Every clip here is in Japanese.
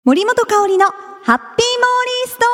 森本香里のハッピーモーリースト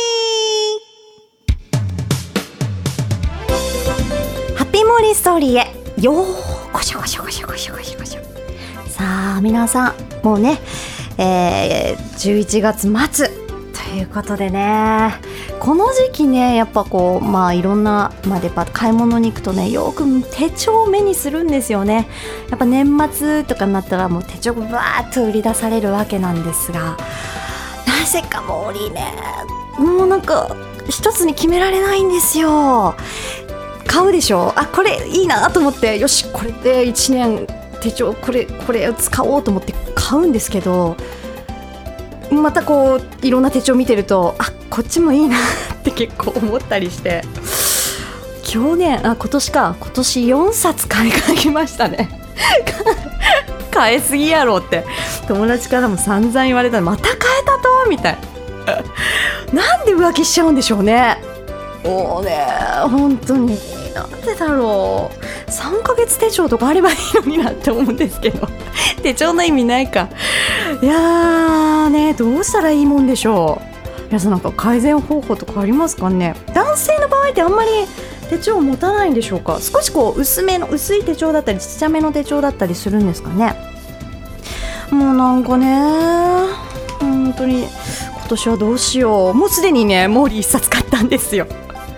ーリー。ハッピーモーリーストーリーへよーこしょこしょこしょこしょこしょこしょ。さあ皆さんもうね、11月末ということでね、この時期ねやっぱこういろんなデパート買い物に行くとねよく手帳を目にするんですよね。やっぱ年末とかになったらもう手帳がバーッと売り出されるわけなんですが、なぜかモーリーねもうなんか一つに決められないんですよ。買うでしょ、これいいなと思って、よしこれで1年手帳これを使おうと思って買うんですけど、またこういろんな手帳見てるとこっちもいいなって結構思ったりして、今年4冊買い替えましたね買いすぎやろって友達からも散々言われた。また買えたとみたいな。なんで浮気しちゃうんでしょうね。もうね本当になんでだろう。3ヶ月手帳とかあればいいのになって思うんですけど手帳の意味ないか。いやーね、どうしたらいいもんでしょう。皆さんなんか改善方法とかありますかね。男性の場合ってあんまり手帳を持たないんでしょうか。少しこう薄い手帳だったりちっちゃめの手帳だったりするんですかね。もうなんかね本当に今年はどうしよう。もうすでにねモーリー1冊買ったんですよ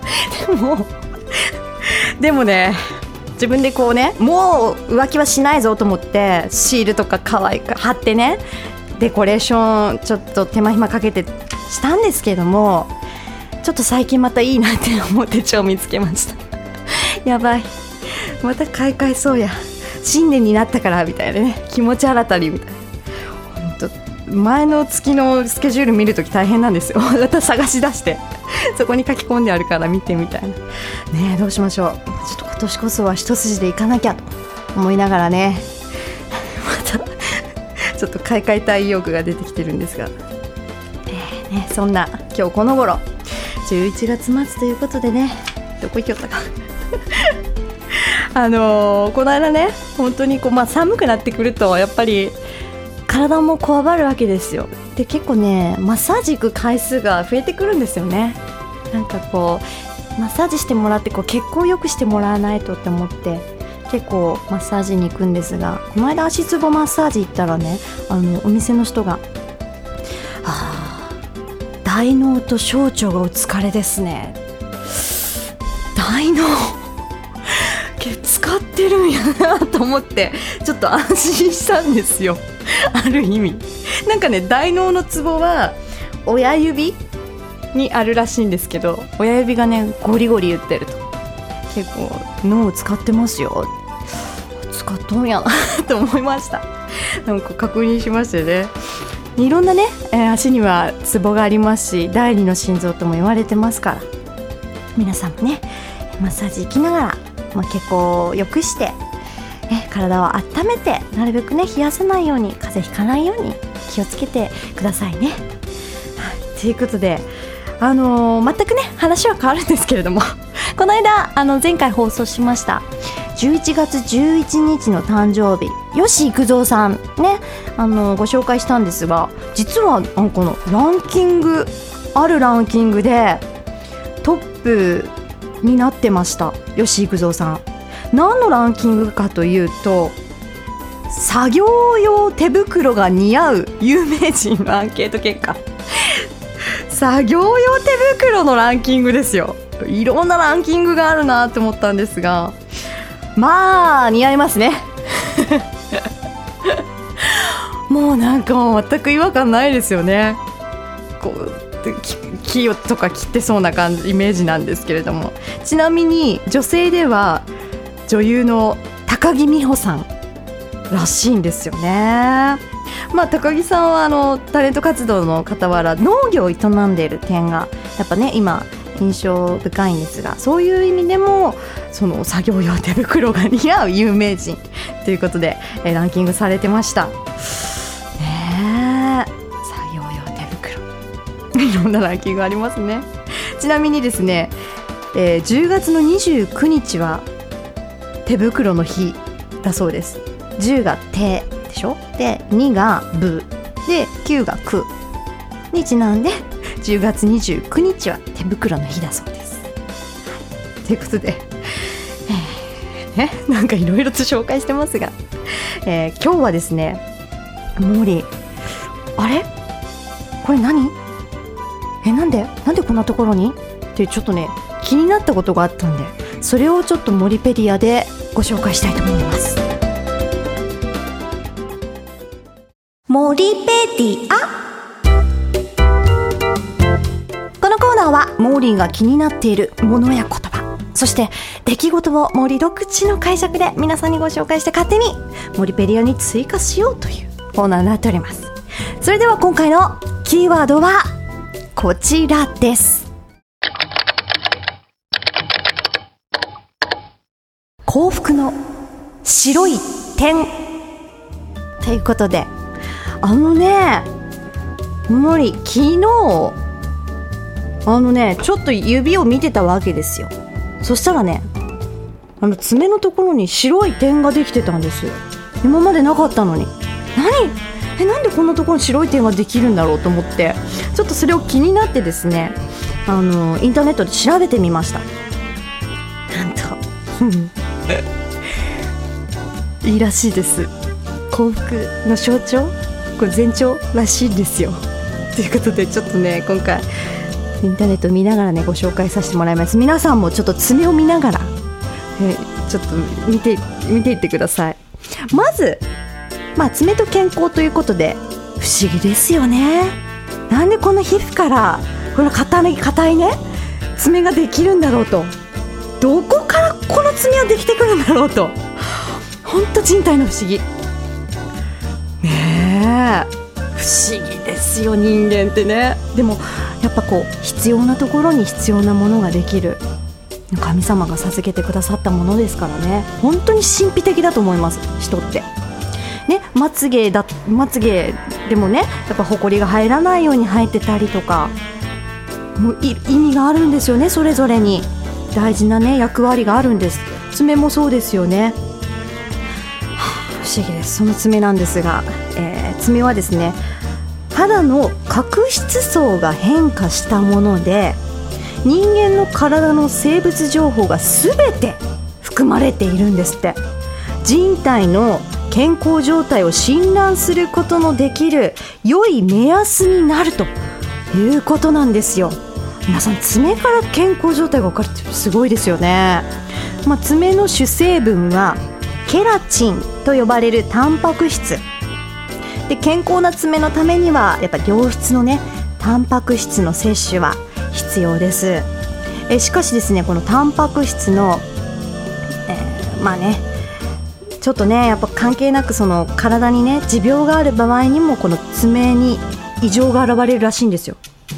でもね自分でこうねもう浮気はしないぞと思ってシールとか可愛く貼ってねデコレーションちょっと手間暇かけてしたんですけども、ちょっと最近またいいなって思う手帳を見つけましたやばいまた買い替えそうや、新年になったからみたいなね、気持ち新たにみたいな。本当前の月のスケジュール見るとき大変なんですよまた探し出してそこに書き込んであるから見てみたいなね。どうしましょう。ちょっと今年こそは一筋でいかなきゃと思いながらねまたちょっと買い替えたい意欲が出てきてるんですが、そんな今日この頃11月末ということでね、どこ行きよったかこの間ね本当に寒くなってくるとやっぱり体もこわばるわけですよ。で結構ねマッサージ行く回数が増えてくるんですよね。なんかこうマッサージしてもらって血行を良くしてもらわないとって思って結構マッサージに行くんですが、この間足つぼマッサージ行ったらねお店の人が大脳と小腸がお疲れですね。大脳使ってるんやなと思ってちょっと安心したんですよある意味なんかね大脳のツボは親指にあるらしいんですけど、親指がねゴリゴリ言ってると結構脳を使ってますよ、使っとんやなと思いました。なんか確認しましたよね。いろんなね、足にはツボがありますし第二の心臓とも言われてますから、皆さんもねマッサージ行きながら血行を良くして、体を温めてなるべくね冷やさないように風邪ひかないように気をつけてくださいね。ということで全くね話は変わるんですけれどもこの間前回放送しました11月11日の誕生日吉幾三さんねご紹介したんですが、実はこのランキングでトップになってました。吉幾三さん何のランキングかというと、作業用手袋が似合う有名人のアンケート結果作業用手袋のランキングですよ。いろんなランキングがあるなと思ったんですが、似合いますねもうなんか全く違和感ないですよね。こう木とか切ってそうなイメージなんですけれども、ちなみに女性では女優の高木美帆さんらしいんですよね。高木さんはタレント活動の傍ら農業を営んでいる点がやっぱね今印象深いんですが、そういう意味でもその作業用手袋が似合う有名人ということで、ランキングされてましたね。作業用手袋いろんなランキングありますね。ちなみにですね、10月の29日は手袋の日だそうです。10が手でしょ、で2が部で9が9にちなんで10月29日は手袋の日だそうです、ということで、なんかいろいろと紹介してますが、今日はですね、モーリー、あれこれ何？なんでこんなところにってちょっとね気になったことがあったんで、それをちょっとモリペディアでご紹介したいと思います。モリペディア。このコーナーはモーリーが気になっているものや言葉、そして出来事をモーリー独自の解釈で皆さんにご紹介して勝手にモリペディアに追加しようというコーナーになっております。それでは今回のキーワードはこちらです。幸福の白い点ということで、モーリー昨日ちょっと指を見てたわけですよ。そしたらね、爪のところに白い点ができてたんですよ。今までなかったのに。なんでこんなところに白い点ができるんだろうと思って、ちょっとそれを気になってですね、インターネットで調べてみました。なんといいらしいです。幸福の象徴、これ前兆らしいんですよ。ということでちょっとね、今回インターネット見ながらねご紹介させてもらいます。皆さんもちょっと爪を見ながら、ちょっと見ていってください。まず、爪と健康ということで不思議ですよね。なんでこの皮膚からこの硬いね爪ができるんだろうと、どこからこの爪はできてくるんだろうと、ほんと人体の不思議ね。不思議ですよ、人間ってね。でもやっぱ必要なところに必要なものができる、神様が授けてくださったものですからね。本当に神秘的だと思います、人ってね。まつげでもね、やっぱホコリが入らないように生えてたりとか、もう意味があるんですよね。それぞれに大事なね役割があるんです。爪もそうですよね。不思議です。その爪なんですが、爪はですね、肌の角質層が変化したもので、人間の体の生物情報が全て含まれているんですって。人体の健康状態を診断することのできる良い目安になるということなんですよ。皆さん、爪から健康状態が分かるってすごいですよね。爪の主成分はケラチンと呼ばれるタンパク質で、健康な爪のためにはやっぱ良質のねタンパク質の摂取は必要です。しかしですね、このタンパク質の、ちょっとねやっぱ関係なく、その体にね持病がある場合にもこの爪に異常が現れるらしいんですよ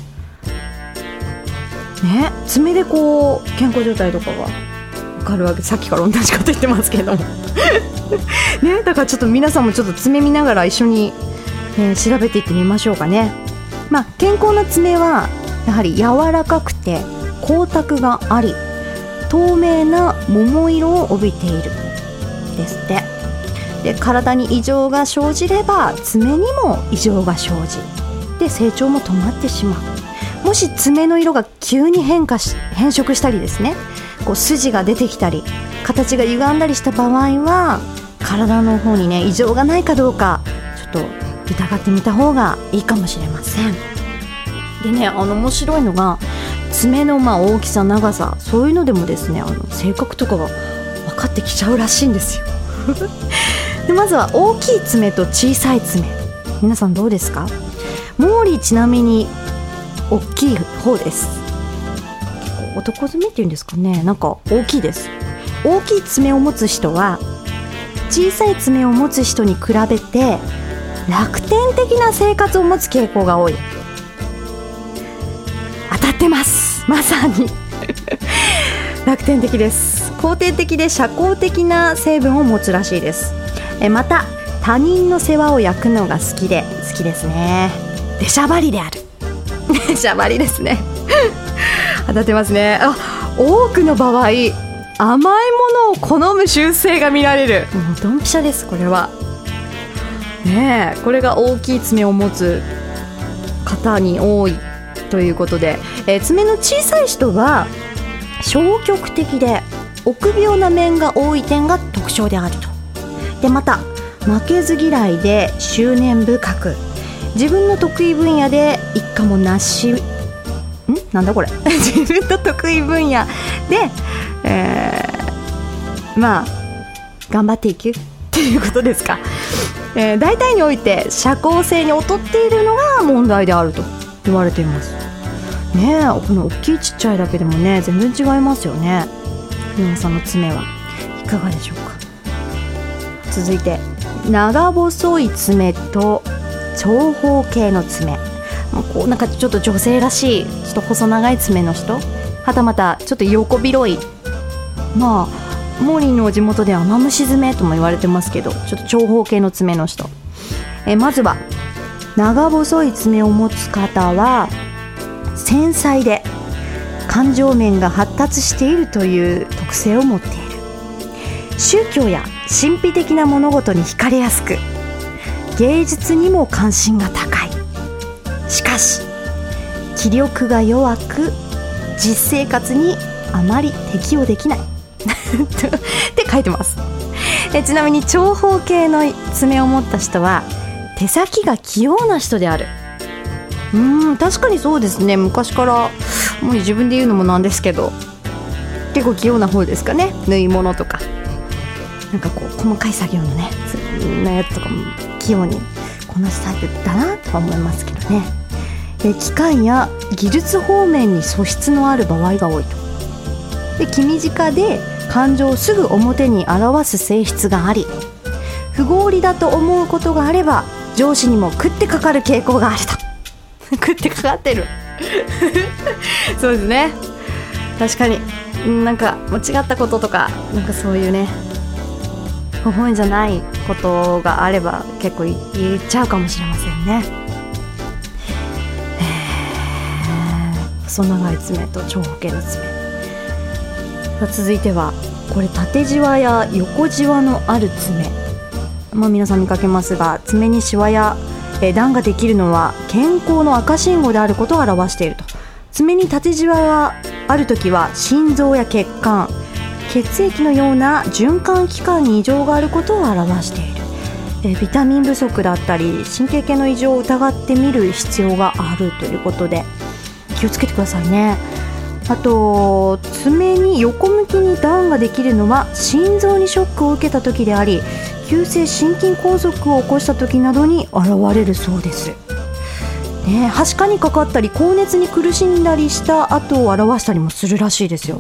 ね。爪で健康状態とかが分かるわけ。さっきから同じこと言ってますけどもね、だからちょっと皆さんもちょっと爪見ながら一緒に、調べていってみましょうかね。健康な爪はやはり柔らかくて光沢があり、透明な桃色を帯びているですって。で、体に異常が生じれば爪にも異常が生じで成長も止まってしまう。もし爪の色が急に変色したりですね、筋が出てきたり形が歪んだりした場合は、体の方にね異常がないかどうかちょっと疑ってみた方がいいかもしれません。でね、面白いのが爪の大きさ、長さ、そういうのでもですね、性格とかが分かってきちゃうらしいんですよで、まずは大きい爪と小さい爪、皆さんどうですか？モーリーちなみに大きい方です。結構男爪っていうんですかね、なんか大きいです。大きい爪を持つ人は小さい爪を持つ人に比べて楽天的な生活を持つ傾向が多い。当たってます、まさに楽天的です。肯定的で社交的な成分を持つらしいです。また他人の世話を焼くのが好きですね。出しゃばりである出しゃばりですね当たってますね。多くの場合甘いものを好む習性が見られる。もうドンピシャです、これは。 ねえ、これが大きい爪を持つ方に多いということで、爪の小さい人は消極的で臆病な面が多い点が特徴であると。でまた負けず嫌いで執念深く、自分の得意分野で一家もなしなんだこれ自分の得意分野で、まあ頑張っていくっていうことですか。大体において社交性に劣っているのが問題であると言われていますね。この大きいちっちゃいだけでもね全然違いますよね。皆さんの爪はいかがでしょうか。続いて長細い爪と長方形の爪、こうなんかちょっと女性らしいちょっと細長い爪の人、はたまたちょっと横広い、まあモーリーの地元ではマムシ爪とも言われてますけど、ちょっと長方形の爪の人、まずは長細い爪を持つ方は繊細で感情面が発達しているという特性を持っている。宗教や神秘的な物事に惹かれやすく、芸術にも関心が高い。しかし気力が弱く実生活にあまり適応できないって書いてます。ちなみに長方形の爪を持った人は手先が器用な人である。確かにそうですね。昔からもう自分で言うのもなんですけど、結構器用な方ですかね。縫い物とかなんかこう細かい作業のねやつとかも器用にこなすタイプだなとは思いますけどね。機械や技術方面に素質のある場合が多いと。で気短で感情をすぐ表に表す性質があり、不合理だと思うことがあれば上司にも食ってかかる傾向があると食ってかかってるそうですね。確かになんか間違ったこととかなんかそういうね不本意じゃないことがあれば結構言っちゃうかもしれませんね。細長い爪と長方形の爪。続いてはこれ縦じわや横じわのある爪、皆さん見かけますが、爪にシワや段ができるのは健康の赤信号であることを表していると。爪に縦じわがあるときは心臓や血管、血液のような循環器官に異常があることを表している。ビタミン不足だったり神経系の異常を疑ってみる必要があるということで気をつけてくださいね。あと爪に横向きに段ができるのは心臓にショックを受けた時であり、急性心筋梗塞を起こした時などに現れるそうです、はしかにかかったり高熱に苦しんだりした後を表したりもするらしいですよ。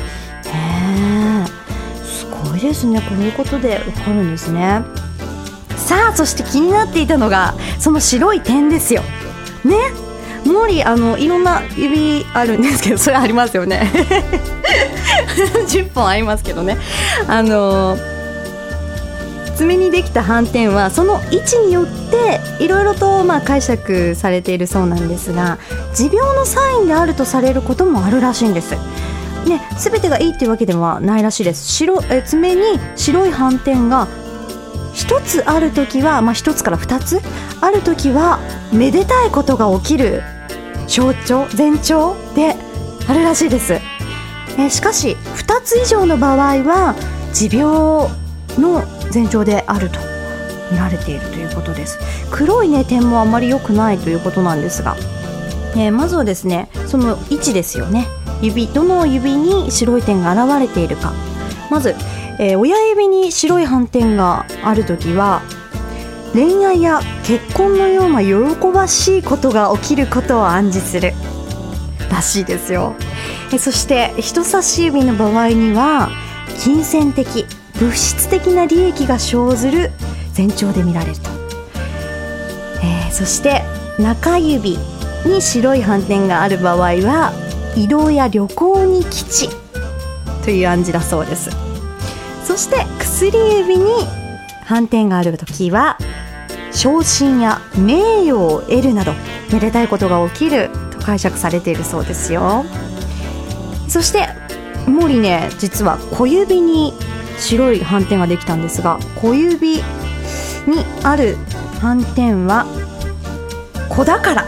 すごいですね。こういうことでわかるんですね。さあそして気になっていたのがその白い点ですよね。モーリーいろんな指あるんですけど、それありますよね10本ありますけどね。爪にできた斑点はその位置によっていろいろと解釈されているそうなんですが、持病のサインであるとされることもあるらしいんですね。全てがいいっていうわけではないらしいです。爪に白い斑点が1つあるときは、1つから2つあるときはめでたいことが起きる象徴前兆であるらしいです。しかし2つ以上の場合は持病の前兆であると見られているということです。黒い、点もあまり良くないということなんですが、まずはですねその位置ですよね。どの指に白い点が現れているか。まず、親指に白い斑点があるときは恋愛や結婚のような喜ばしいことが起きることを暗示するらしいですよ。そして人差し指の場合には金銭的物質的な利益が生ずる前兆で見られると。そして中指に白い斑点がある場合は移動や旅行に吉という暗示だそうです。そして薬指に斑点があるときは昇進や名誉を得るなどめでたいことが起きると解釈されているそうですよ。そしてモーリー実は小指に白い斑点ができたんですが、小指にある斑点は子だから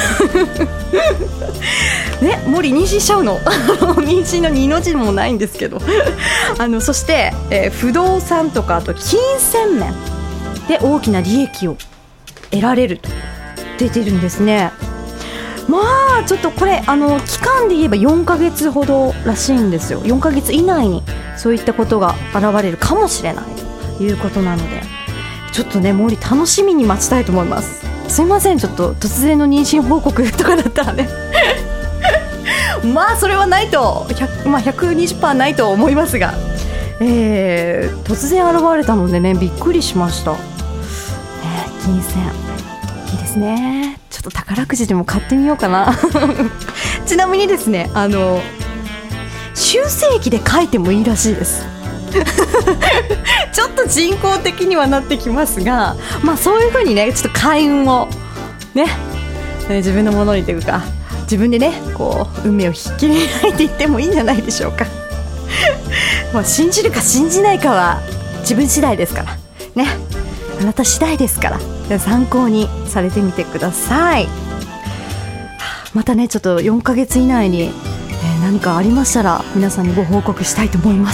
ね、森妊娠しちゃうの妊娠の2の字もないんですけどそして、不動産とかあと金銭面で大きな利益を得られると出てるんですね。まあちょっとこれ期間で言えば4ヶ月ほどらしいんですよ。4ヶ月以内にそういったことが現れるかもしれないということなので、ちょっとね森楽しみに待ちたいと思います。すいません、ちょっと突然の妊娠報告とかだったらねまあそれはないと120% ないと思いますが、突然現れたのでねびっくりしました。金銭いいですね。ちょっと宝くじでも買ってみようかなちなみにですね修正期で書いてもいいらしいですちょっと人工的にはなってきますが、まあそういう風にねちょっと開運をね自分のものにというか自分でねこう運命を引き開いていってもいいんじゃないでしょうかまあ信じるか信じないかは自分次第ですからね、あなた次第ですから参考にされてみてください。またねちょっと4ヶ月以内に、何かありましたら皆さんにご報告したいと思います。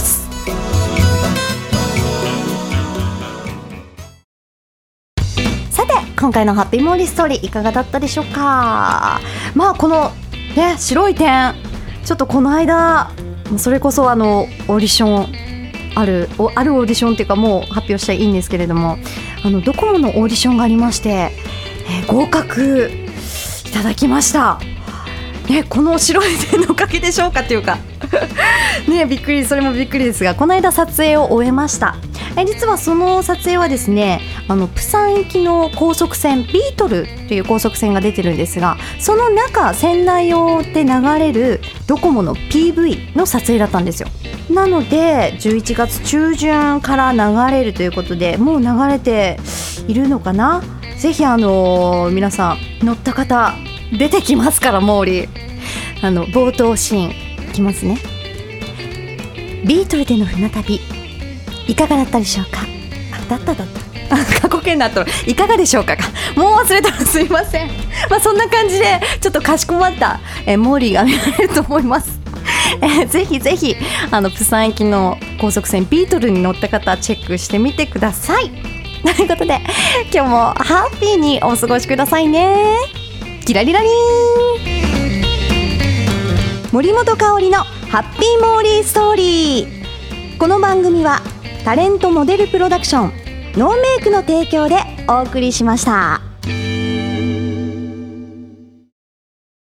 さて今回のハッピーモーリーストーリーいかがだったでしょうか。まあこのね白い点ちょっとこの間それこそオーディションあるオーディションっていうかもう発表したらいいんですけれどもドコモのオーディションがありまして、合格いただきました、ね、この白い点のおかげでしょうかっていうかねびっくり、それもびっくりですがこの間撮影を終えました。実はその撮影はですねプサン行きの高速船ビートルという高速船が出てるんですが、その中船内をで流れるドコモの PV の撮影だったんですよ。なので11月中旬から流れるということでもう流れているのかな。ぜひ皆さん乗った方出てきますからモーリー冒頭シーンいきますね。ビートルでの船旅いかがだったでしょうか。だった過去形になったらいかがでしょうかもう忘れたらすいませんまあそんな感じでちょっとかしこまった、モーリーが見られると思いますぜひぜひプサン行きの高速船ビートルに乗った方チェックしてみてくださいということで今日もハッピーにお過ごしくださいね。キラリラリーン森本香里のハッピーモーリーストーリー。この番組はタレントモデルプロダクションノーメイクの提供でお送りしました。